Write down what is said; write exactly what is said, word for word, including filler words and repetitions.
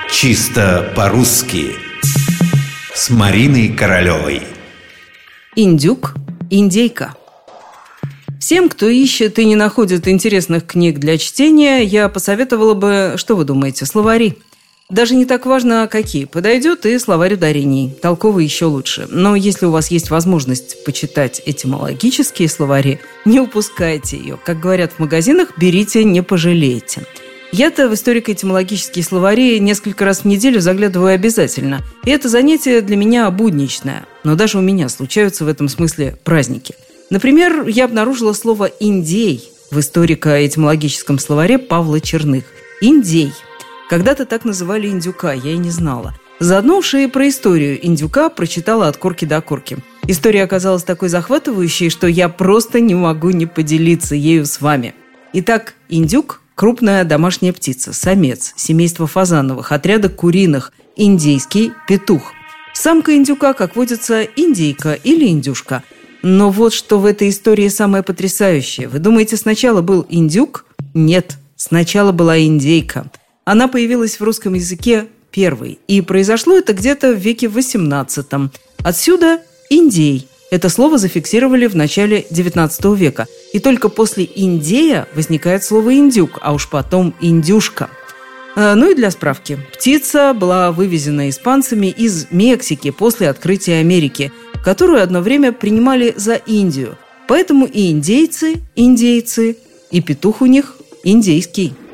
Чисто по-русски с Мариной Королевой. Индюк, индейка. Всем, кто ищет и не находит интересных книг для чтения, я посоветовала бы, что вы думаете, словари. Даже не так важно, какие. Подойдет и словарь ударений. Толковый еще лучше. Но если у вас есть возможность почитать этимологические словари, не упускайте ее. Как говорят в магазинах, берите, не пожалеете. Я-то в историко-этимологические словари несколько раз в неделю заглядываю обязательно. И это занятие для меня будничное. Но даже у меня случаются в этом смысле праздники. Например, я обнаружила слово «индей» в историко-этимологическом словаре Павла Черных. «Индей». Когда-то так называли индюка, я и не знала. Заодно уж и про историю индюка прочитала от корки до корки. История оказалась такой захватывающей, что я просто не могу не поделиться ею с вами. Итак, индюк – крупная домашняя птица, самец, семейство фазановых, отряда куриных, индейский петух. Самка индюка, как водится, индейка или индюшка. Но вот что в этой истории самое потрясающее. Вы думаете, сначала был индюк? Нет, сначала была индейка. Она появилась в русском языке первой. И произошло это где-то в веке восемнадцатом. Отсюда «индей». Это слово зафиксировали в начале девятнадцатого века. И только после «индея» возникает слово «индюк», а уж потом «индюшка». Ну и для справки. Птица была вывезена испанцами из Мексики после открытия Америки, которую одно время принимали за Индию. Поэтому и индейцы – индейцы, и петух у них – индейский.